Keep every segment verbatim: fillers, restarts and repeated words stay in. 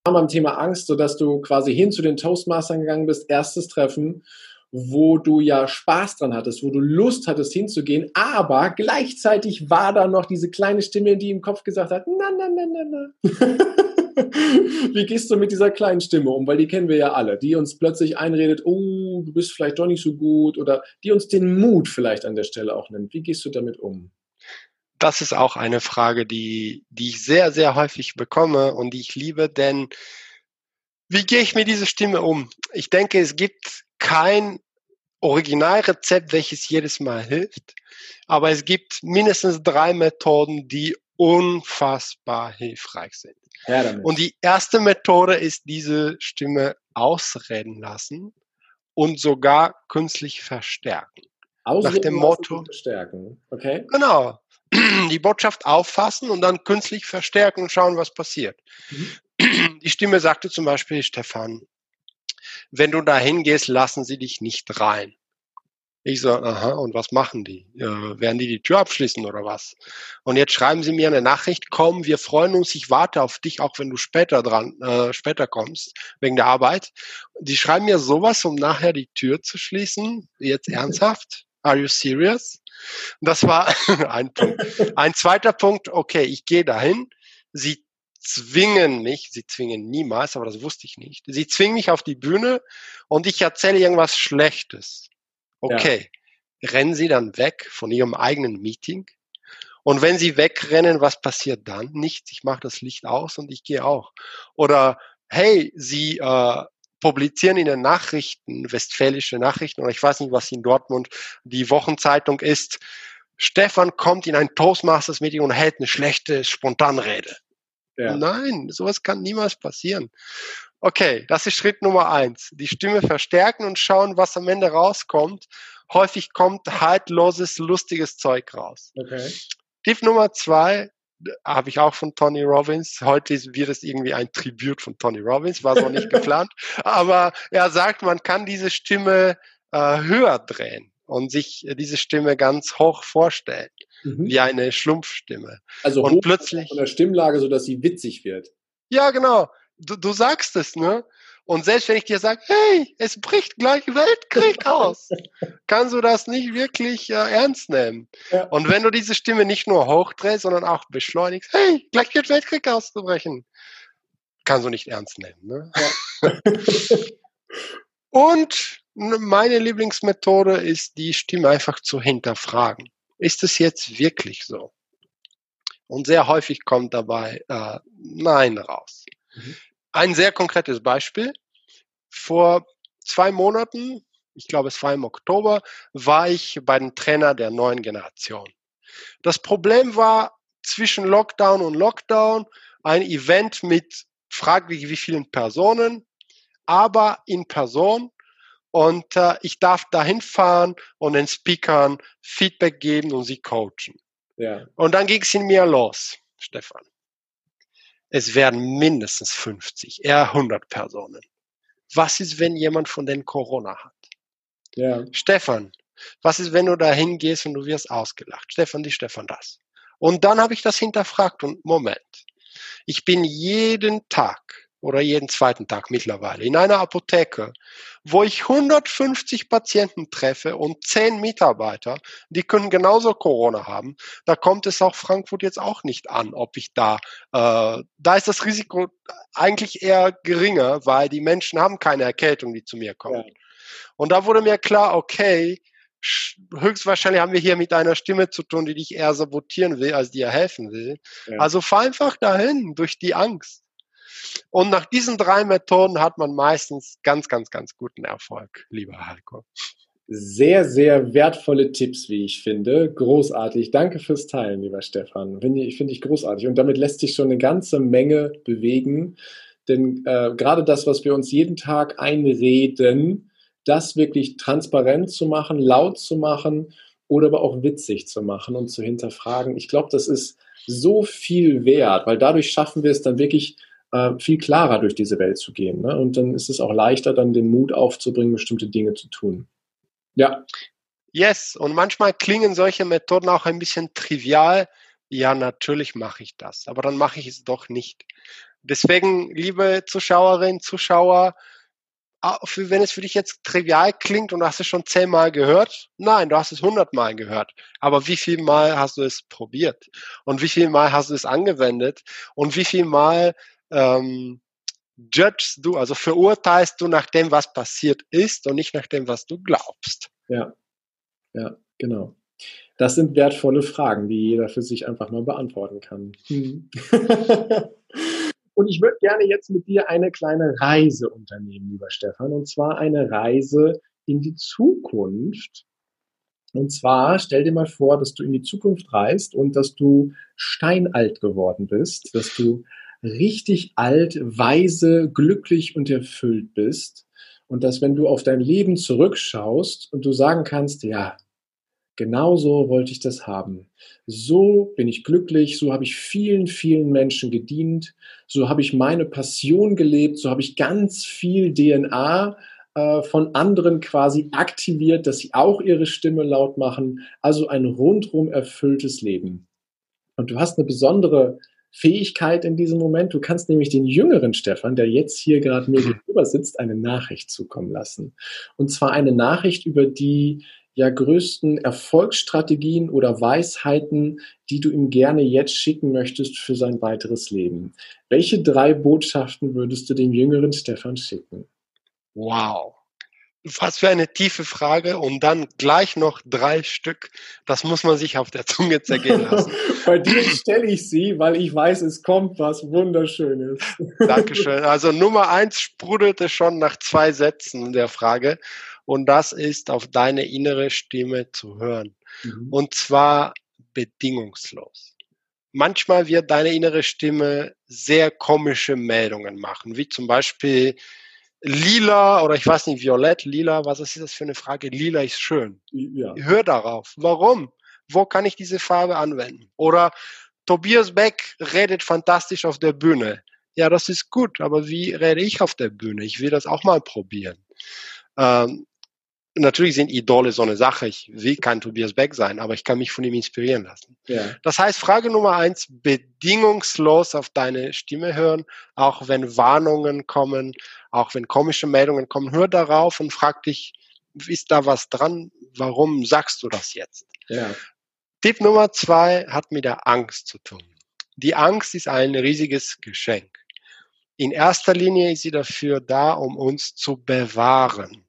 beim Thema Angst, sodass du quasi hin zu den Toastmastern gegangen bist, erstes Treffen, wo du ja Spaß dran hattest, wo du Lust hattest hinzugehen, aber gleichzeitig war da noch diese kleine Stimme, die im Kopf gesagt hat, na, na, na, na, na. Wie gehst du mit dieser kleinen Stimme um? Weil die kennen wir ja alle, die uns plötzlich einredet, oh, du bist vielleicht doch nicht so gut, oder die uns den Mut vielleicht an der Stelle auch nimmt. Wie gehst du damit um? Das ist auch eine Frage, die, die ich sehr, sehr häufig bekomme und die ich liebe, denn wie gehe ich mit dieser Stimme um? Ich denke, es gibt kein Originalrezept, welches jedes Mal hilft, aber es gibt mindestens drei Methoden, die unfassbar hilfreich sind. Ja, und die erste Methode ist, diese Stimme ausreden lassen und sogar künstlich verstärken. Ausreden Nach dem Motto, verstärken, okay? Genau. Die Botschaft auffassen und dann künstlich verstärken und schauen, was passiert. Mhm. Die Stimme sagte zum Beispiel, Stefan, wenn du da hingehst, lassen sie dich nicht rein. Ich so, aha, und was machen die? Äh, werden die die Tür abschließen oder was? Und jetzt schreiben sie mir eine Nachricht, komm, wir freuen uns, ich warte auf dich, auch wenn du später dran, äh, später kommst, wegen der Arbeit. Die schreiben mir sowas, um nachher die Tür zu schließen. Jetzt ernsthaft? Are you serious? Das war ein Punkt. Ein zweiter Punkt, okay, ich gehe dahin, sie zwingen mich, sie zwingen niemals, aber das wusste ich nicht, sie zwingen mich auf die Bühne und ich erzähle irgendwas Schlechtes. Okay, ja. Rennen sie dann weg von ihrem eigenen Meeting? Und wenn sie wegrennen, was passiert dann? Nichts, ich mache das Licht aus und ich gehe auch. Oder, hey, sie äh, publizieren in den Nachrichten, westfälische Nachrichten, oder ich weiß nicht, was in Dortmund die Wochenzeitung ist, Stefan kommt in ein Toastmasters-Meeting und hält eine schlechte Spontanrede. Ja. Nein, sowas kann niemals passieren. Okay, das ist Schritt Nummer eins. Die Stimme verstärken und schauen, was am Ende rauskommt. Häufig kommt haltloses, lustiges Zeug raus. Okay. Tipp Nummer zwei habe ich auch von Tony Robbins. Heute wird es irgendwie ein Tribut von Tony Robbins, war so nicht geplant. Aber er sagt, man kann diese Stimme äh, höher drehen und sich diese Stimme ganz hoch vorstellen, mhm. wie eine Schlumpfstimme. Also und hoch plötzlich von der Stimmlage, sodass sie witzig wird. Ja, genau. Du, du sagst es, ne? Und selbst wenn ich dir sage, hey, es bricht gleich Weltkrieg aus, kannst du das nicht wirklich äh, ernst nehmen. Ja. Und wenn du diese Stimme nicht nur hochdrehst, sondern auch beschleunigst, hey, gleich wird Weltkrieg auszubrechen, kannst du nicht ernst nehmen. Ne? Ja. Und meine Lieblingsmethode ist, die Stimme einfach zu hinterfragen. Ist es jetzt wirklich so? Und sehr häufig kommt dabei äh, Nein raus. Mhm. Ein sehr konkretes Beispiel. Vor zwei Monaten, ich glaube es war im Oktober, war ich bei dem Trainer der neuen Generation. Das Problem war zwischen Lockdown und Lockdown ein Event mit fraglich wie vielen Personen, aber in Person. Und äh, ich darf dahin fahren und den Speakern Feedback geben und sie coachen. Ja. Und dann ging es in mir los, Stefan. Es werden mindestens fünfzig, eher hundert Personen. Was ist, wenn jemand von denen Corona hat? Ja. Stefan, was ist, wenn du da hingehst und du wirst ausgelacht? Stefan dies, Stefan das. Und dann habe ich das hinterfragt und Moment, ich bin jeden Tag oder jeden zweiten Tag mittlerweile in einer Apotheke, wo ich hundertfünfzig Patienten treffe und zehn Mitarbeiter, die können genauso Corona haben. Da kommt es auch Frankfurt jetzt auch nicht an, ob ich da, äh, da ist das Risiko eigentlich eher geringer, weil die Menschen haben keine Erkältung, die zu mir kommt. Ja. Und da wurde mir klar, okay, höchstwahrscheinlich haben wir hier mit einer Stimme zu tun, die dich eher sabotieren will, als dir helfen will. Ja. Also fahr einfach dahin, durch die Angst. Und nach diesen drei Methoden hat man meistens ganz, ganz, ganz guten Erfolg, lieber Heiko. Sehr, sehr wertvolle Tipps, wie ich finde. Großartig. Danke fürs Teilen, lieber Stefan. Finde ich, finde ich großartig. Und damit lässt sich schon eine ganze Menge bewegen. Denn äh, gerade das, was wir uns jeden Tag einreden, das wirklich transparent zu machen, laut zu machen oder aber auch witzig zu machen und zu hinterfragen. Ich glaube, das ist so viel wert, weil dadurch schaffen wir es dann wirklich, viel klarer durch diese Welt zu gehen. Ne? Und dann ist es auch leichter, dann den Mut aufzubringen, bestimmte Dinge zu tun. Ja. Yes, und manchmal klingen solche Methoden auch ein bisschen trivial. Ja, natürlich mache ich das, aber dann mache ich es doch nicht. Deswegen, liebe Zuschauerinnen, Zuschauer, für, wenn es für dich jetzt trivial klingt und du hast es schon zehnmal gehört, nein, du hast es hundertmal gehört. Aber wie viel Mal hast du es probiert? Und wie viel Mal hast du es angewendet? Und wie viel Mal ähm, judgst du, also verurteilst du nach dem, was passiert ist und nicht nach dem, was du glaubst? Ja, ja, genau. Das sind wertvolle Fragen, die jeder für sich einfach mal beantworten kann. Hm. Und ich würde gerne jetzt mit dir eine kleine Reise unternehmen, lieber Stefan, und zwar eine Reise in die Zukunft. Und zwar stell dir mal vor, dass du in die Zukunft reist und dass du steinalt geworden bist, dass du richtig alt, weise, glücklich und erfüllt bist und dass, wenn du auf dein Leben zurückschaust und du sagen kannst, ja, genau so wollte ich das haben. So bin ich glücklich, so habe ich vielen, vielen Menschen gedient, so habe ich meine Passion gelebt, so habe ich ganz viel D N A äh, von anderen quasi aktiviert, dass sie auch ihre Stimme laut machen. Also ein rundrum erfülltes Leben. Und du hast eine besondere Fähigkeit in diesem Moment. Du kannst nämlich den jüngeren Stefan, der jetzt hier gerade mir gegenüber sitzt, eine Nachricht zukommen lassen. Und zwar eine Nachricht über die ja größten Erfolgsstrategien oder Weisheiten, die du ihm gerne jetzt schicken möchtest für sein weiteres Leben. Welche drei Botschaften würdest du dem jüngeren Stefan schicken? Wow. Was für eine tiefe Frage und dann gleich noch drei Stück. Das muss man sich auf der Zunge zergehen lassen. Bei dir stelle ich sie, weil ich weiß, es kommt was Wunderschönes. Dankeschön. Also Nummer eins sprudelte schon nach zwei Sätzen der Frage und das ist, auf deine innere Stimme zu hören. Mhm. Und zwar bedingungslos. Manchmal wird deine innere Stimme sehr komische Meldungen machen, wie zum Beispiel lila oder ich weiß nicht, violett, lila, was ist das für eine Frage? Lila ist schön. Ja. Hör darauf. Warum? Wo kann ich diese Farbe anwenden? Oder Tobias Beck redet fantastisch auf der Bühne. Ja, das ist gut, aber wie rede ich auf der Bühne? Ich will das auch mal probieren. Ähm, natürlich sind Idole so eine Sache. Ich will kein Tobias Beck sein, aber ich kann mich von ihm inspirieren lassen. Ja. Das heißt, Frage Nummer eins, bedingungslos auf deine Stimme hören, auch wenn Warnungen kommen, auch wenn komische Meldungen kommen, hör darauf und frag dich, ist da was dran? Warum sagst du das jetzt? Ja. Tipp Nummer zwei hat mit der Angst zu tun. Die Angst ist ein riesiges Geschenk. In erster Linie ist sie dafür da, um uns zu bewahren.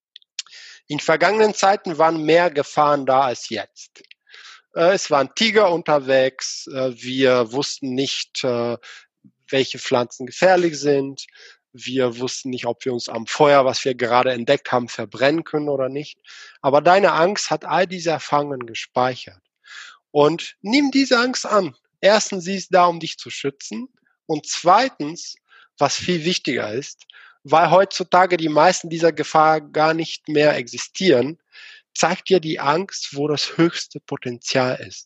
In vergangenen Zeiten waren mehr Gefahren da als jetzt. Es waren Tiger unterwegs, wir wussten nicht, welche Pflanzen gefährlich sind, wir wussten nicht, ob wir uns am Feuer, was wir gerade entdeckt haben, verbrennen können oder nicht. Aber deine Angst hat all diese Erfahrungen gespeichert. Und nimm diese Angst an. Erstens, sie ist da, um dich zu schützen. Und zweitens, was viel wichtiger ist, weil heutzutage die meisten dieser Gefahr gar nicht mehr existieren, zeigt dir die Angst, wo das höchste Potenzial ist.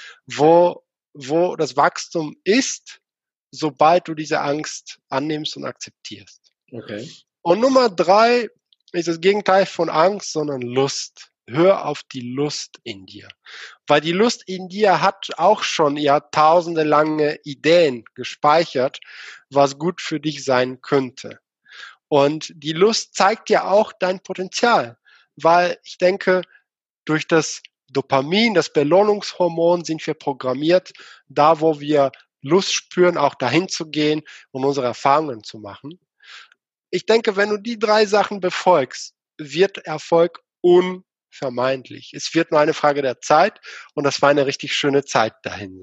Wo, wo das Wachstum ist, sobald du diese Angst annimmst und akzeptierst. Okay. Und Nummer drei ist das Gegenteil von Angst, sondern Lust. Hör auf die Lust in dir. Weil die Lust in dir hat auch schon jahrtausende lange Ideen gespeichert, was gut für dich sein könnte. Und die Lust zeigt dir auch dein Potenzial. Weil ich denke, durch das Dopamin, das Belohnungshormon, sind wir programmiert, da wo wir Lust spüren, auch dahin zu gehen und unsere Erfahrungen zu machen. Ich denke, wenn du die drei Sachen befolgst, wird Erfolg unvermeidlich. Es wird nur eine Frage der Zeit und das war eine richtig schöne Zeit dahin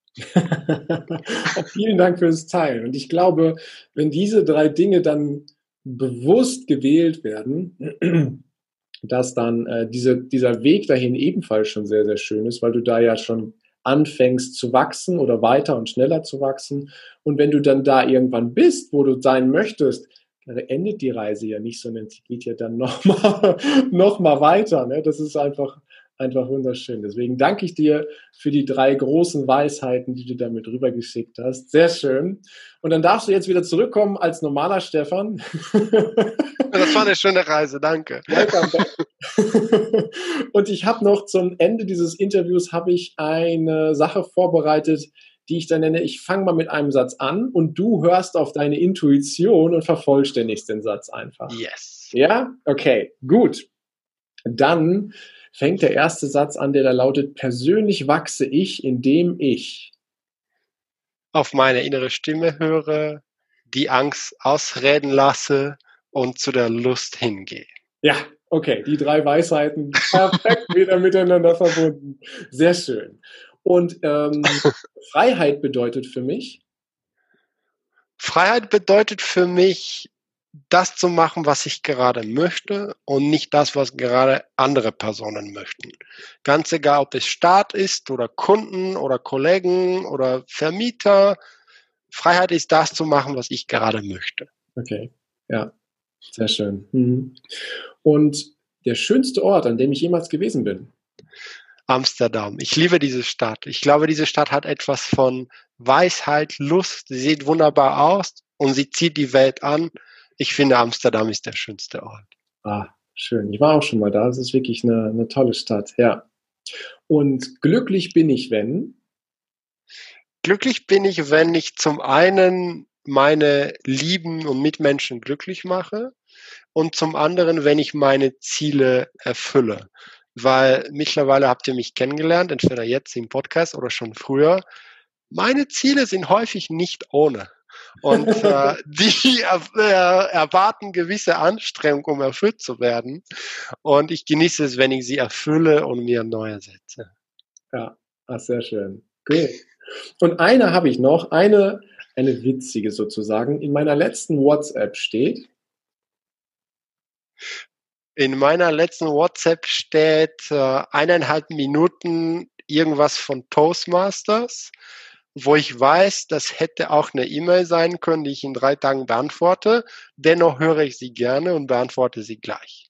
sein. Vielen Dank fürs Teilen. Und ich glaube, wenn diese drei Dinge dann bewusst gewählt werden, dass dann äh, diese, dieser Weg dahin ebenfalls schon sehr, sehr schön ist, weil du da ja schon anfängst zu wachsen oder weiter und schneller zu wachsen. Und wenn du dann da irgendwann bist, wo du sein möchtest, endet die Reise ja nicht, sondern sie geht ja dann nochmal noch mal weiter. Ne? Das ist einfach, einfach wunderschön. Deswegen danke ich dir für die drei großen Weisheiten, die du damit rübergeschickt hast. Sehr schön. Und dann darfst du jetzt wieder zurückkommen als normaler Stefan. Das war eine schöne Reise, danke. Und ich habe noch zum Ende dieses Interviews habe ich eine Sache vorbereitet, die ich dann nenne, ich fange mal mit einem Satz an und du hörst auf deine Intuition und vervollständigst den Satz einfach. Yes. Ja? Okay, gut. Dann fängt der erste Satz an, der da lautet, persönlich wachse ich, indem ich auf meine innere Stimme höre, die Angst ausreden lasse und zu der Lust hingehe. Ja, okay, die drei Weisheiten perfekt wieder miteinander verbunden. Sehr schön. Und ähm, Freiheit bedeutet für mich? Freiheit bedeutet für mich, das zu machen, was ich gerade möchte und nicht das, was gerade andere Personen möchten. Ganz egal, ob es Staat ist oder Kunden oder Kollegen oder Vermieter. Freiheit ist das zu machen, was ich gerade möchte. Okay, ja, sehr schön. Mhm. Und der schönste Ort, an dem ich jemals gewesen bin? Amsterdam. Ich liebe diese Stadt. Ich glaube, diese Stadt hat etwas von Weisheit, Lust. Sie sieht wunderbar aus und sie zieht die Welt an. Ich finde, Amsterdam ist der schönste Ort. Ah, schön. Ich war auch schon mal da. Es ist wirklich eine, eine tolle Stadt, ja. Und glücklich bin ich, wenn? Glücklich bin ich, wenn ich zum einen meine Lieben und Mitmenschen glücklich mache und zum anderen, wenn ich meine Ziele erfülle. Weil mittlerweile habt ihr mich kennengelernt, entweder jetzt im Podcast oder schon früher. Meine Ziele sind häufig nicht ohne. Und äh, die äh, erwarten gewisse Anstrengung, um erfüllt zu werden. Und ich genieße es, wenn ich sie erfülle und mir neue setze. Ja, ach, sehr schön. Cool. Und eine habe ich noch, eine, eine witzige sozusagen. In meiner letzten WhatsApp steht. In meiner letzten WhatsApp steht äh, eineinhalb Minuten irgendwas von Toastmasters, wo ich weiß, das hätte auch eine E-Mail sein können, die ich in drei Tagen beantworte. Dennoch höre ich sie gerne und beantworte sie gleich.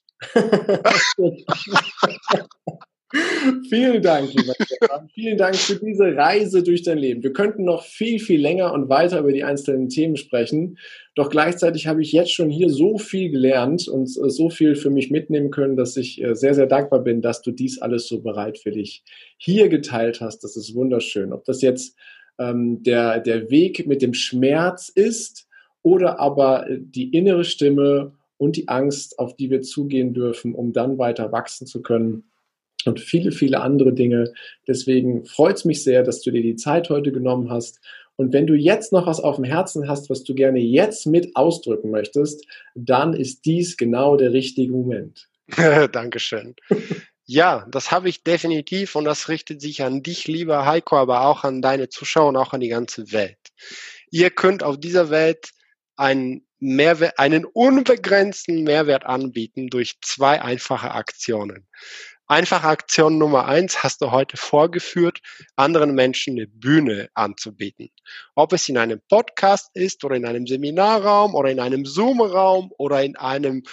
Vielen Dank, lieber Stefan. Vielen Dank für diese Reise durch dein Leben. Wir könnten noch viel, viel länger und weiter über die einzelnen Themen sprechen. Doch gleichzeitig habe ich jetzt schon hier so viel gelernt und so viel für mich mitnehmen können, dass ich sehr, sehr dankbar bin, dass du dies alles so bereitwillig hier geteilt hast. Das ist wunderschön. Ob das jetzt ähm, der, der Weg mit dem Schmerz ist oder aber die innere Stimme und die Angst, auf die wir zugehen dürfen, um dann weiter wachsen zu können. Und viele, viele andere Dinge. Deswegen freut es mich sehr, dass du dir die Zeit heute genommen hast. Und wenn du jetzt noch was auf dem Herzen hast, was du gerne jetzt mit ausdrücken möchtest, dann ist dies genau der richtige Moment. Dankeschön. Ja, das habe ich definitiv und das richtet sich an dich, lieber Heiko, aber auch an deine Zuschauer und auch an die ganze Welt. Ihr könnt auf dieser Welt einen Mehrwert, einen unbegrenzten Mehrwert anbieten durch zwei einfache Aktionen. Einfache Aktion Nummer eins hast du heute vorgeführt, anderen Menschen eine Bühne anzubieten. Ob es in einem Podcast ist oder in einem Seminarraum oder in einem Zoom-Raum oder in einem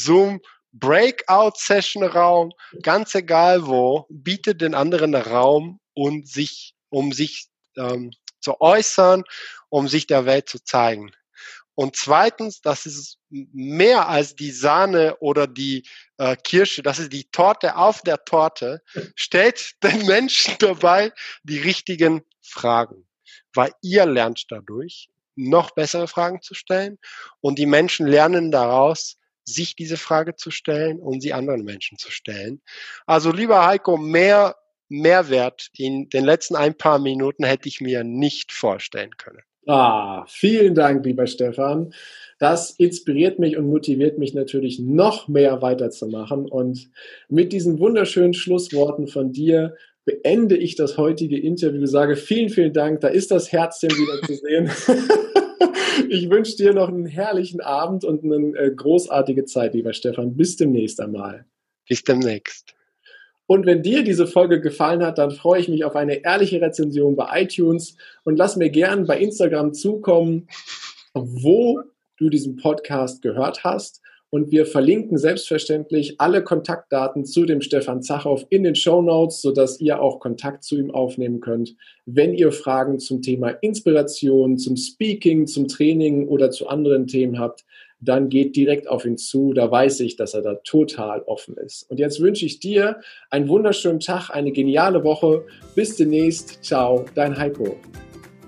Zoom-Breakout-Session-Raum, ganz egal wo, biete den anderen Raum, um sich, um sich ähm, zu äußern, um sich der Welt zu zeigen. Und zweitens, das ist mehr als die Sahne oder die äh, Kirsche, das ist die Torte auf der Torte. Stellt den Menschen dabei die richtigen Fragen, weil ihr lernt dadurch, noch bessere Fragen zu stellen und die Menschen lernen daraus, sich diese Frage zu stellen und sie anderen Menschen zu stellen. Also lieber Heiko, mehr Mehrwert in den letzten ein paar Minuten hätte ich mir nicht vorstellen können. Ah, vielen Dank, lieber Stefan. Das inspiriert mich und motiviert mich natürlich noch mehr weiterzumachen. Und mit diesen wunderschönen Schlussworten von dir beende ich das heutige Interview. Sage vielen, vielen Dank. Da ist das Herzchen wieder zu sehen. Ich wünsche dir noch einen herrlichen Abend und eine großartige Zeit, lieber Stefan. Bis demnächst einmal. Bis demnächst. Und wenn dir diese Folge gefallen hat, dann freue ich mich auf eine ehrliche Rezension bei iTunes und lass mir gern bei Instagram zukommen, wo du diesen Podcast gehört hast. Und wir verlinken selbstverständlich alle Kontaktdaten zu dem Stefan Zachow in den Shownotes, sodass ihr auch Kontakt zu ihm aufnehmen könnt, wenn ihr Fragen zum Thema Inspiration, zum Speaking, zum Training oder zu anderen Themen habt. Dann geht direkt auf ihn zu. Da weiß ich, dass er da total offen ist. Und jetzt wünsche ich dir einen wunderschönen Tag, eine geniale Woche. Bis demnächst. Ciao, dein Heiko.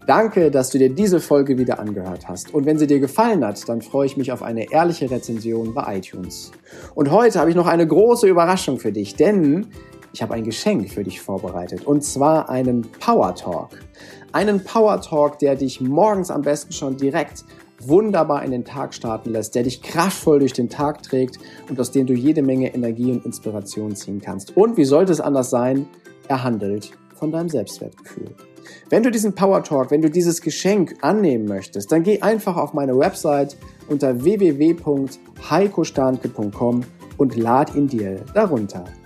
Danke, dass du dir diese Folge wieder angehört hast. Und wenn sie dir gefallen hat, dann freue ich mich auf eine ehrliche Rezension bei iTunes. Und heute habe ich noch eine große Überraschung für dich, denn ich habe ein Geschenk für dich vorbereitet. Und zwar einen Power Talk. Einen Power Talk, der dich morgens am besten schon direkt wunderbar in den Tag starten lässt, der dich kraftvoll durch den Tag trägt und aus dem du jede Menge Energie und Inspiration ziehen kannst. Und wie sollte es anders sein? Er handelt von deinem Selbstwertgefühl. Wenn du diesen Power Talk, wenn du dieses Geschenk annehmen möchtest, dann geh einfach auf meine Website unter w w w punkt heiko starnke punkt com und lad ihn dir darunter.